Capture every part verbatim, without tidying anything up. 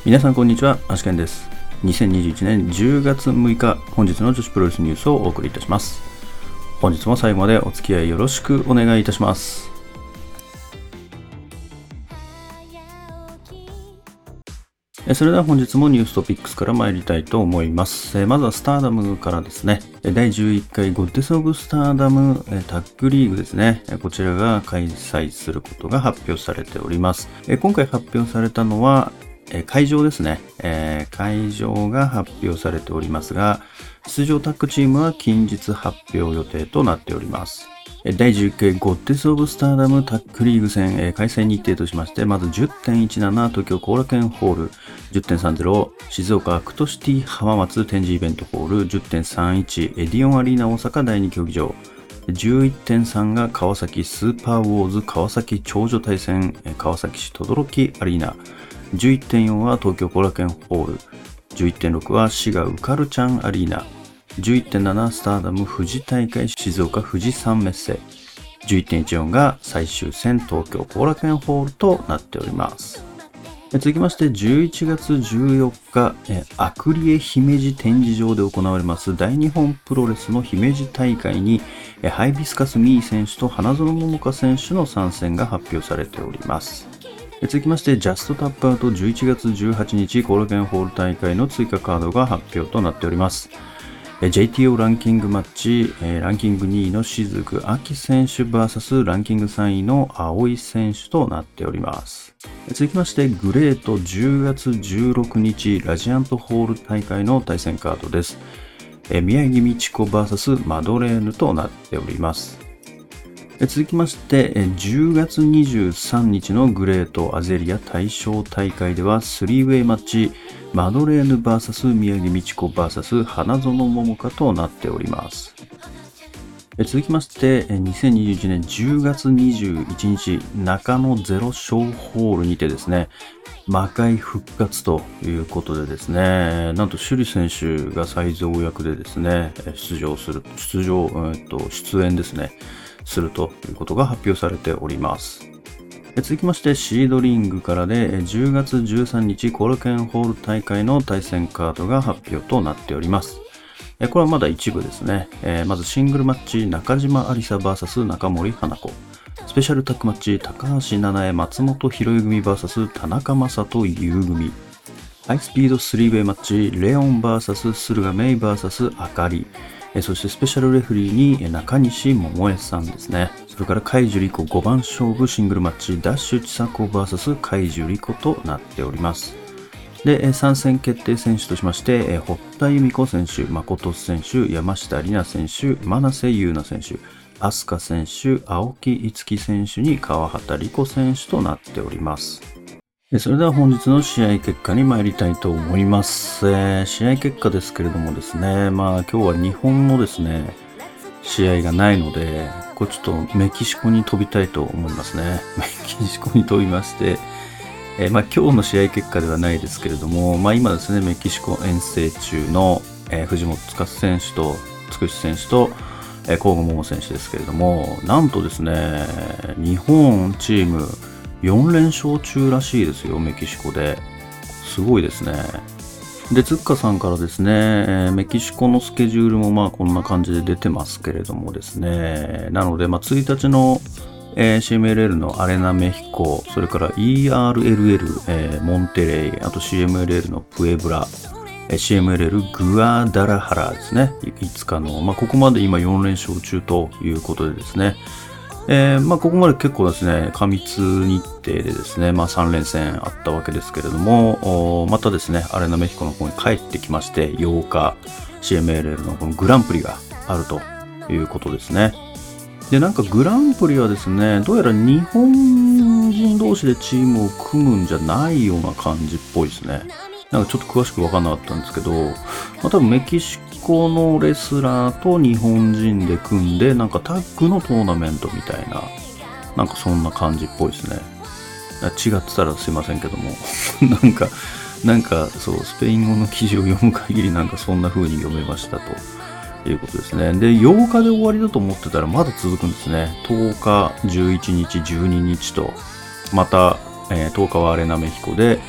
皆さんこんにちは、アシケンです。にせんにじゅういちねんじゅうがつむいか、本日の女子プロレスニュースをお送りいたします。本日も最後までお付き合いよろしくお願いいたします。それでは本日もニューストピックスから参りたいと思います。まずはスターダムからですね。だいじゅういっかいゴッデス・オブ・スターダムタッグリーグですね。こちらが開催することが発表されております。今回発表されたのは会場ですね。会場が発表されておりますが、出場タッグチームは近日発表予定となっております。だいじゅういっかいゴッデス・オブ・スターダムタッグリーグ戦開催日程としまして、まず じゅってんいちなな 東京後楽園ホール、じゅってんさんじゅう 静岡アクトシティ浜松展示イベントホール、じゅってんさんいち エディオンアリーナ大阪だいに競技場、じゅういってんさん が川崎スーパーウォーズ川崎長女対戦川崎市等々力アリーナ、じゅういってんよん は東京後楽園ホール、じゅういってんろく は滋賀ウカルチャンアリーナ、じゅういってんなな スターダム富士大会静岡富士山メッセ、じゅういってんいちよん が最終戦東京後楽園ホールとなっております。続きましてじゅういちがつじゅうよっか、アクリエ姫路展示場で行われます大日本プロレスの姫路大会にハイビスカスミー選手と花園桃香選手の参戦が発表されております。続きましてジャストタップアウトじゅういちがつじゅうはちにち後楽園ホール大会の追加カードが発表となっております。ジェイティーオー ランキングマッチ、ランキングにいの雫亜希選手 ブイエス ランキングさんいの葵選手となっております。続きましてグレートじゅうがつじゅうろくにちラジアントホール大会の対戦カードです。宮城美智子 ブイエス マドレーヌとなっております。続きましてじゅうがつにじゅうさんにちのグレートアゼリア大賞大会ではスリーウェイマッチマドレーヌ ブイエス 宮城美智子 ブイエス 花園桃香となっております。続きましてにせんにじゅういちねんじゅうがつにじゅういちにち中野ゼロショーホールにてですね、魔界復活ということでですね、なんと首里選手が最増役でですね、出場する、出場、えっと、出演ですね、するということが発表されております。続きましてシードリングからでじゅうがつじゅうさんにち後楽園ホール大会の対戦カードが発表となっております。これはまだ一部ですね。まずシングルマッチ中島ありさ ブイエス 中森花子、スペシャルタッグマッチ高橋七重松本博恵組 ブイエス 田中将人優組、ハイスピードスリーウェイマッチレオン ブイエス 駿河メイ ブイエス あかり、そしてスペシャルレフリーに中西桃江さんですね。それから海樹里子ごばん勝負シングルマッチダッシュ千佐子 ブイエス 海樹里子となっております。で、参戦決定選手としまして、堀田由美子選手、誠選手、山下里奈選手、真瀬優奈選手、飛鳥選手、青木逸樹選手に川畑理子選手となっております。それでは本日の試合結果に参りたいと思います。えー、試合結果ですけれどもですね、まあ今日は日本のですね、試合がないので、これちょっとメキシコに飛びたいと思いますね。メキシコに飛びまして、えー、まあ今日の試合結果ではないですけれども、まあ今ですね、メキシコ遠征中の、えー、藤本司選手と、つくし選手と、えー、甲賀桃選手ですけれども、なんとですね、日本チーム、よんれんしょう中らしいですよ、メキシコで。すごいですね。で、つっかさんからですね、えー、メキシコのスケジュールもまあこんな感じで出てますけれどもですね。なので、まあついたちの、えー、シーエムエルエル のアレナメヒコ、それから イーアールエルエル、えー、モンテレイ、あと シーエムエルエル のプエブラ、えー、シーエムエルエル グアダラハラですね。いつかの、まあここまで今よんれんしょう中ということでですね。えー、まあここまで結構ですね、過密日程でですね、まあさんれんせんあったわけですけれども、またですね、アレナメヒコの方に帰ってきまして、ようか シーエムエルエル のこのグランプリがあるということですね。で、なんかグランプリはですね、どうやら日本人同士でチームを組むんじゃないような感じっぽいですね。なんかちょっと詳しく分かんなかったんですけど、まあ多分メキシコのレスラーと日本人で組んで、なんかタッグのトーナメントみたいな、なんかそんな感じっぽいですね。違ってたらすいませんけども、なんか、なんかそう、スペイン語の記事を読む限りなんかそんな風に読めましたということですね。で、ようかで終わりだと思ってたらまだ続くんですね。とおか、じゅういちにち、じゅうににちと、また、えー、とおかはアレナメヒコで、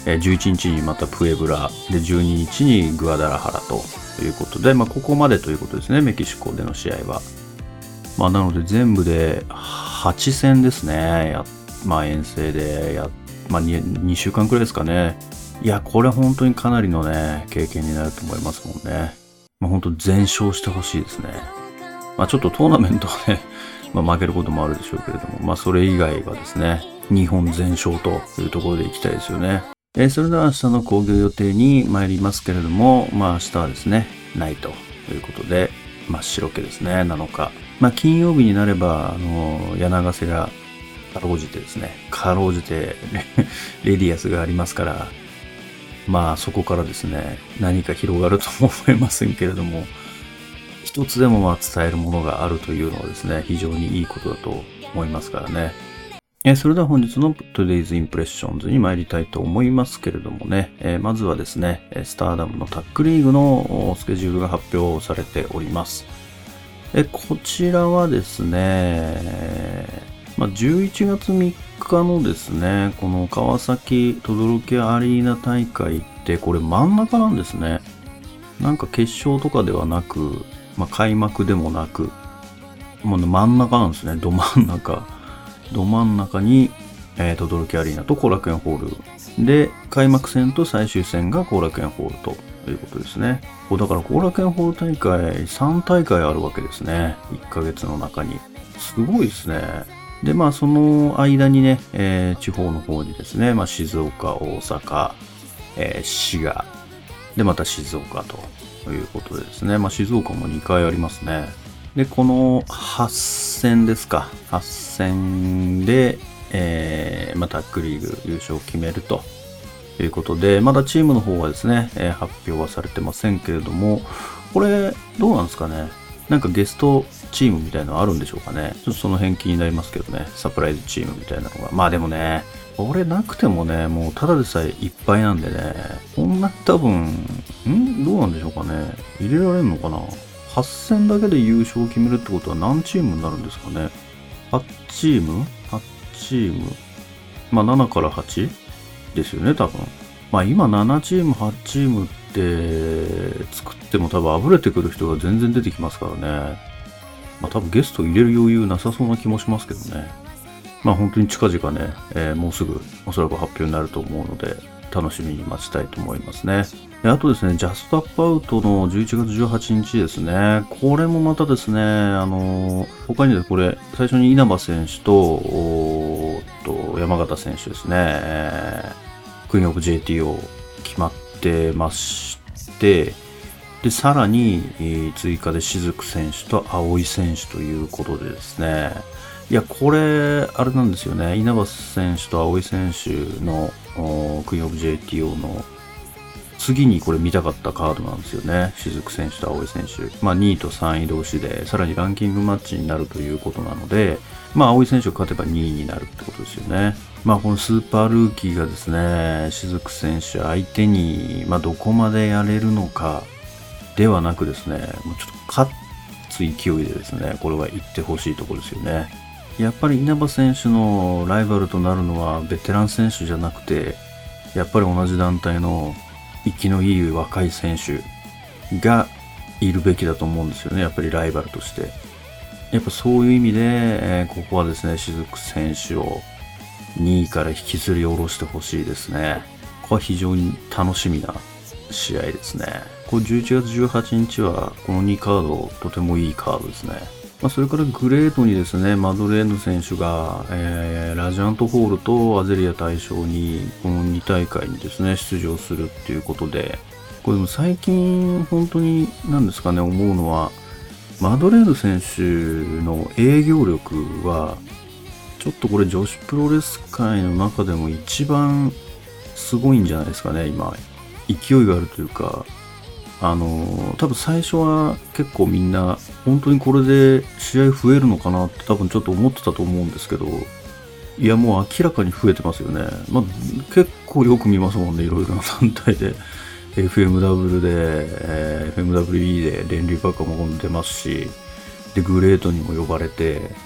じゅういちにちにまたプエブラでじゅうににちにグアダラハラということで、まあ、ここまでということですね、メキシコでの試合は。まあ、なので全部ではちせんですね。やまあ、遠征でや、まあ2、にしゅうかんくらいですかね。いや、これ本当にかなりのね、経験になると思いますもんね。まあ、本当全勝してほしいですね。まあ、ちょっとトーナメントはね、まあ、負けることもあるでしょうけれども、まあ、それ以外はですね、日本全勝というところでいきたいですよね。えー、それでは明日の興行予定に参りますけれども、まあ、明日はですね、ないということで、真っ白けですね、なのか。まあ、金曜日になれば、あの、柳瀬がかろうじてですね、かろうじてレディアスがありますから、まあそこからですね、何か広がるとも思いませんけれども、一つでもまあ伝えるものがあるというのはですね、非常にいいことだと思いますからね。えー、それでは本日の Today's Impressions に参りたいと思いますけれどもね、えー、まずはですね、スターダムのタックリーグのスケジュールが発表されております。えー、こちらはですね、まあ、じゅういちがつみっかのですね、この川崎轟アリーナ大会ってこれ真ん中なんですね。なんか決勝とかではなく、まあ、開幕でもなく、もう真ん中なんですね。ど真ん中。ど真ん中に、えー、轟アリーナと後楽園ホール。で、開幕戦と最終戦が後楽園ホールということですね。だから後楽園ホール大会さん大会あるわけですね。いっかげつの中に。すごいですね。で、まあ、その間にね、えー、地方の方にですね、まあ、静岡、大阪、えー、滋賀、で、また静岡ということでですね、まあ、静岡もにかいありますね。で、このはち戦ですか。はち戦で、えー、まあ、タッグリーグ優勝を決めるということで、まだチームの方はですね、えー、発表はされてませんけれども、これ、どうなんですかね。なんかゲストチームみたいなのあるんでしょうかね。ちょっとその辺気になりますけどね。サプライズチームみたいなのが。まあでもね、これなくてもね、もうただでさえいっぱいなんでね、こんな多分、んどうなんでしょうかね。入れられるのかな。はち戦だけで優勝を決めるってことは何チームになるんですかね。はちチーム ?はち チーム。まあななからはちですよね、多分。まあ今ななチーム、はちチームって作っても多分溢れてくる人が全然出てきますからね。まあ多分ゲスト入れる余裕なさそうな気もしますけどね。まあ本当に近々ね、えー、もうすぐおそらく発表になると思うので、楽しみに待ちたいと思いますね。であとですね、ジャストアップアウトのじゅういちがつじゅうはちにちですね。これもまたですね、あのー、他にこれ、最初に稲葉選手と、おーっと、山形選手ですね、えー、クイーンオブ ジェイティーオー 決まってまして、で、さらに、えー、追加で雫選手と葵選手ということでですね、いや、これ、あれなんですよね。稲葉選手と葵選手のクイーンオブ ジェイティーオー の次にこれ見たかったカードなんですよね。雫選手と葵選手。まあにいとさんい同士で、さらにランキングマッチになるということなので、まあ葵選手が勝てばにいになるってことですよね。まあこのスーパールーキーがですね、雫選手相手に、まあどこまでやれるのかではなくですね、もうちょっと勝つ勢いでですね、これは行ってほしいところですよね。やっぱり稲葉選手のライバルとなるのはベテラン選手じゃなくて、やっぱり同じ団体の生きのいい若い選手がいるべきだと思うんですよね。やっぱりライバルとして。やっぱそういう意味で、えー、ここはですね、雫選手をにいから引きずり下ろしてほしいですね。ここは非常に楽しみな試合ですね。これじゅういちがつじゅうはちにちはこのにカードとてもいいカードですね。まあ、それからグレートにですね、マドレーヌ選手が、えー、ラジャントホールとアゼリア大賞に、このに大会にですね、出場するっていうことで、これも最近本当に何ですかね、思うのは、マドレーヌ選手の営業力は、ちょっとこれ女子プロレス界の中でも一番すごいんじゃないですかね、今。勢いがあるというか、あの多分最初は結構みんな本当にこれで試合増えるのかなって多分ちょっと思ってたと思うんですけど、いやもう明らかに増えてますよね。まあ結構よく見ますもんね、いろいろな団体で エフエムダブリュー で、えー、エフエムダブリューイー でレンリー・バカも出ますし、でグレートにも呼ばれて、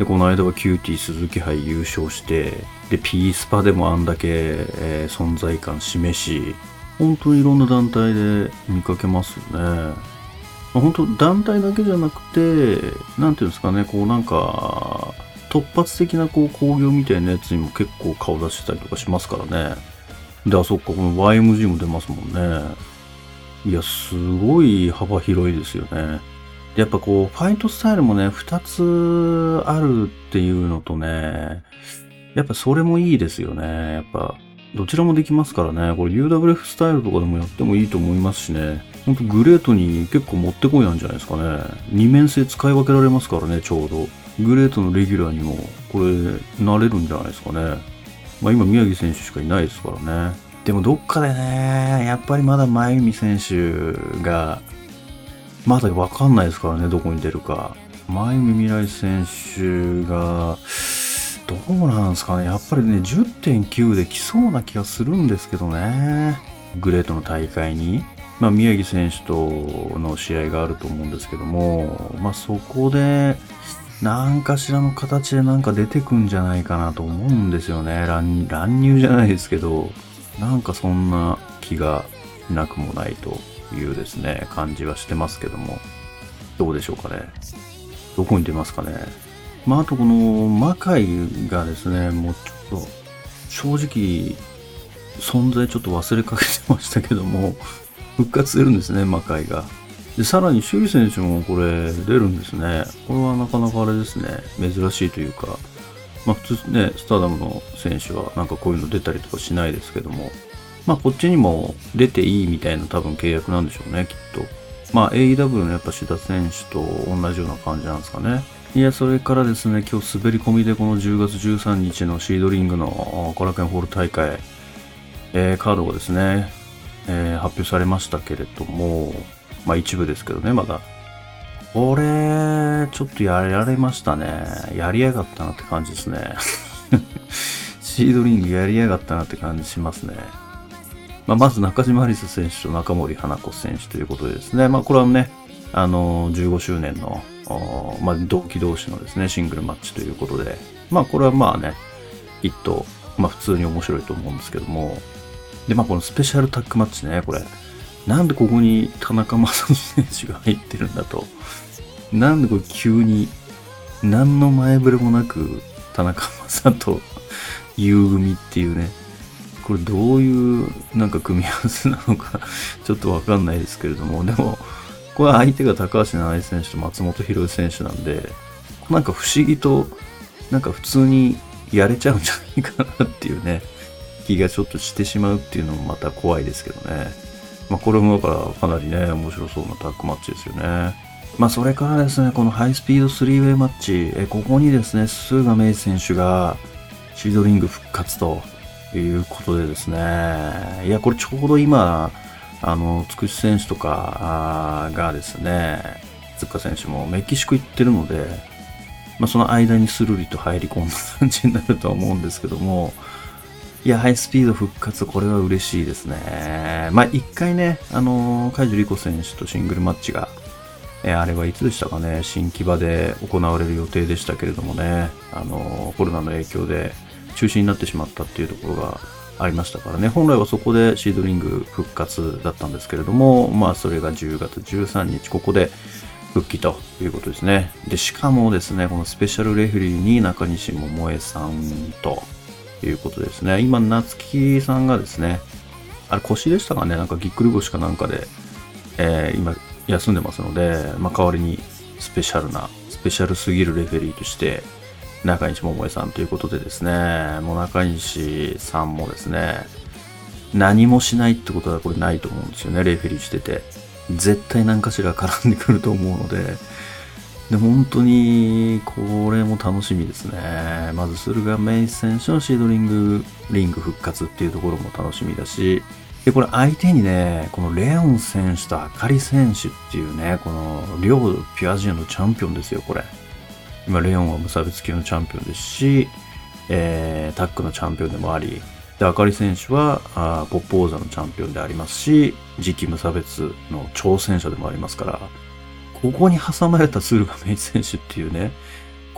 で、この間はキューティー鈴木杯優勝して、で、ピースパでもあんだけ、えー存在感示し、本当にいろんな団体で見かけますよね。まあ本当団体だけじゃなくて、なんていうんですかね、こうなんか、突発的なこう興行みたいなやつにも結構顔出してたりとかしますからね。で、あ、そっか、この ワイエムジー も出ますもんね。いや、すごい幅広いですよね。でやっぱこう、ファイトスタイルもね、二つあるっていうのとね、やっぱそれもいいですよね。やっぱ、どちらもできますからね。これ ユーダブリューエフ スタイルとかでもやってもいいと思いますしね。ほんとグレートに結構持ってこいなんじゃないですかね。二面性使い分けられますからね、ちょうど。グレートのレギュラーにも、これ、なれるんじゃないですかね。まあ今、宮城選手しかいないですからね。でもどっかでね、やっぱりまだ前海選手が、まだわかんないですからね、どこに出るか。前海未来選手が、どうなんですかね。やっぱりね、じゅってんきゅう で来そうな気がするんですけどね。グレートの大会に。まあ、宮城選手との試合があると思うんですけども、まあ、そこで、何かしらの形でなんか出てくんじゃないかなと思うんですよね。乱乱入じゃないですけど、なんかそんな気がなくもないというですね、感じはしてますけども、どうでしょうかね。どこに出ますかね。まあ、あとこの魔界がですね、もうちょっと、正直、存在ちょっと忘れかけてましたけども、復活するんですね、魔界が。で、さらに首位選手もこれ出るんですね。これはなかなかあれですね、珍しいというか、まあ普通ね、スターダムの選手はなんかこういうの出たりとかしないですけども、まあこっちにも出ていいみたいな多分契約なんでしょうね、きっと。まあ エーイーダブリュー のやっぱ志田選手と同じような感じなんですかね。いや、それからですね、今日滑り込みでこのじゅうがつじゅうさんにちのシードリングのコラケンホール大会、えー、カードがですね、えー発表されましたけれども、まあ一部ですけどね、まだ。これ、ちょっとやられましたね。やりやがったなって感じですね。シードリングやりやがったなって感じしますね。まあ、まず中島アリス選手と中森花子選手ということでですね、まあこれはね、あの、じゅうごしゅうねんの、おまあ同期同士のですね、シングルマッチということで、まあこれはまあね、きっと、まあ普通に面白いと思うんですけども、で、まあこのスペシャルタッグマッチね、これ。なんでここに田中将大選手が入ってるんだと。なんでこれ急に、何の前触れもなく、田中将大優組っていうね。これどういうなんか組み合わせなのかちょっとわかんないですけれども、でも、これ相手が高橋七重選手と松本博選手なんで、なんか不思議と、なんか普通にやれちゃうんじゃないかなっていうね、気がちょっとしてしまうっていうのもまた怖いですけどね。まあこれもだからかなりね、面白そうなタッグマッチですよね。まあそれからですね、このハイスピードスリーウェイマッチ、えここにですね、スーガメイ選手がシードリング復活ということでですね、いや、これちょうど今、あの、つくし選手とかあーがですね、つっか選手もメキシコ行ってるので、まあその間にスルリと入り込んだ感じになるとは思うんですけども、いや、ハイスピード復活、これは嬉しいですね。まあ一回ね、あの、海樹里子選手とシングルマッチが、えーあれはいつでしたかね、新木場で行われる予定でしたけれどもね、あの、コロナの影響で中止になってしまったっていうところがありましたからね、本来はそこでシードリング復活だったんですけれども、まあそれがじゅうがつじゅうさんにち、ここで復帰ということですね。で、しかもですね、このスペシャルレフェリーに中西桃江さんということですね。今、夏木さんがですね、あれ腰でしたかね、なんかぎっくり腰かなんかで、えー今休んでますので、まあ、代わりにスペシャルな、スペシャルすぎるレフェリーとして、中西桃江さんということでですね、もう中西さんもですね、何もしないってことはこれないと思うんですよね、レフェリーしてて。絶対何かしら絡んでくると思うので、で、本当に、これも楽しみですね。まず、駿河メイ選手のシードリング、リング復活っていうところも楽しみだし、で、これ相手にね、このレオン選手とあかり選手っていうね、この両ピュアジアのチャンピオンですよ、これ。今、レオンは無差別級のチャンピオンですし、えー、タッグのチャンピオンでもあり、で、あかり選手はあーポップ王座のチャンピオンでありますし、次期無差別の挑戦者でもありますから、ここに挟まれた駿河メイ選手っていうね、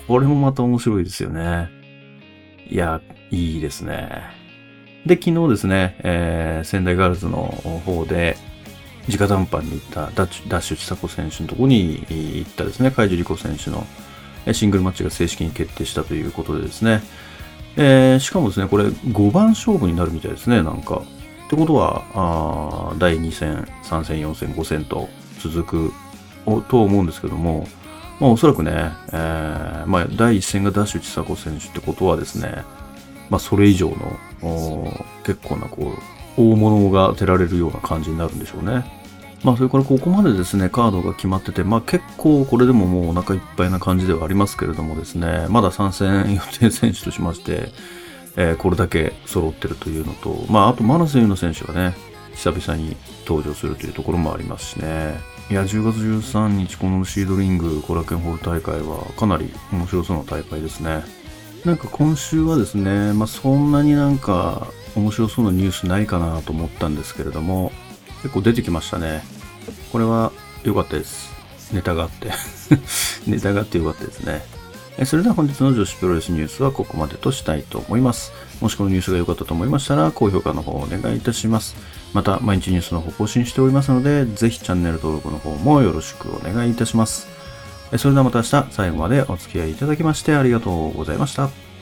これもまた面白いですよね。いや、いいですね。で、昨日ですね、えー、仙台ガールズの方で、直談判に行ったダッシュ、ダッシュ千佐子選手のところに行ったですね、海樹里子選手のシングルマッチが正式に決定したということでですね、えー、しかもですね、これごばん勝負になるみたいですね、なんか。ってことは、あだいに戦、さん戦、よん戦、ご戦と続くと思うんですけども、まあおそらくね、えー、まあだいいち戦がダッシュ千佐子選手ってことはですね、まあそれ以上の結構なこう、大物が当てられるような感じになるんでしょうね。まあそれからここまでですね、カードが決まってて、まあ結構これでももうお腹いっぱいな感じではありますけれどもですね、まだ参戦予定選手としまして、えー、これだけ揃ってるというのと、まああとマナセユの選手がね、久々に登場するというところもありますしね。いや、じゅうがつじゅうさんにちこのシードリング後楽園ホール大会はかなり面白そうな大会ですね。なんか今週はですね、まあそんなになんか面白そうなニュースないかなと思ったんですけれども、結構出てきましたね。これは良かったです。ネタがあって。ネタがあって良かったですね。それでは本日の女子プロレスニュースはここまでとしたいと思います。もしこのニュースが良かったと思いましたら、高評価の方をお願いいたします。また、毎日ニュースの方更新しておりますので、ぜひチャンネル登録の方もよろしくお願いいたします。それではまた明日最後までお付き合いいただきましてありがとうございました。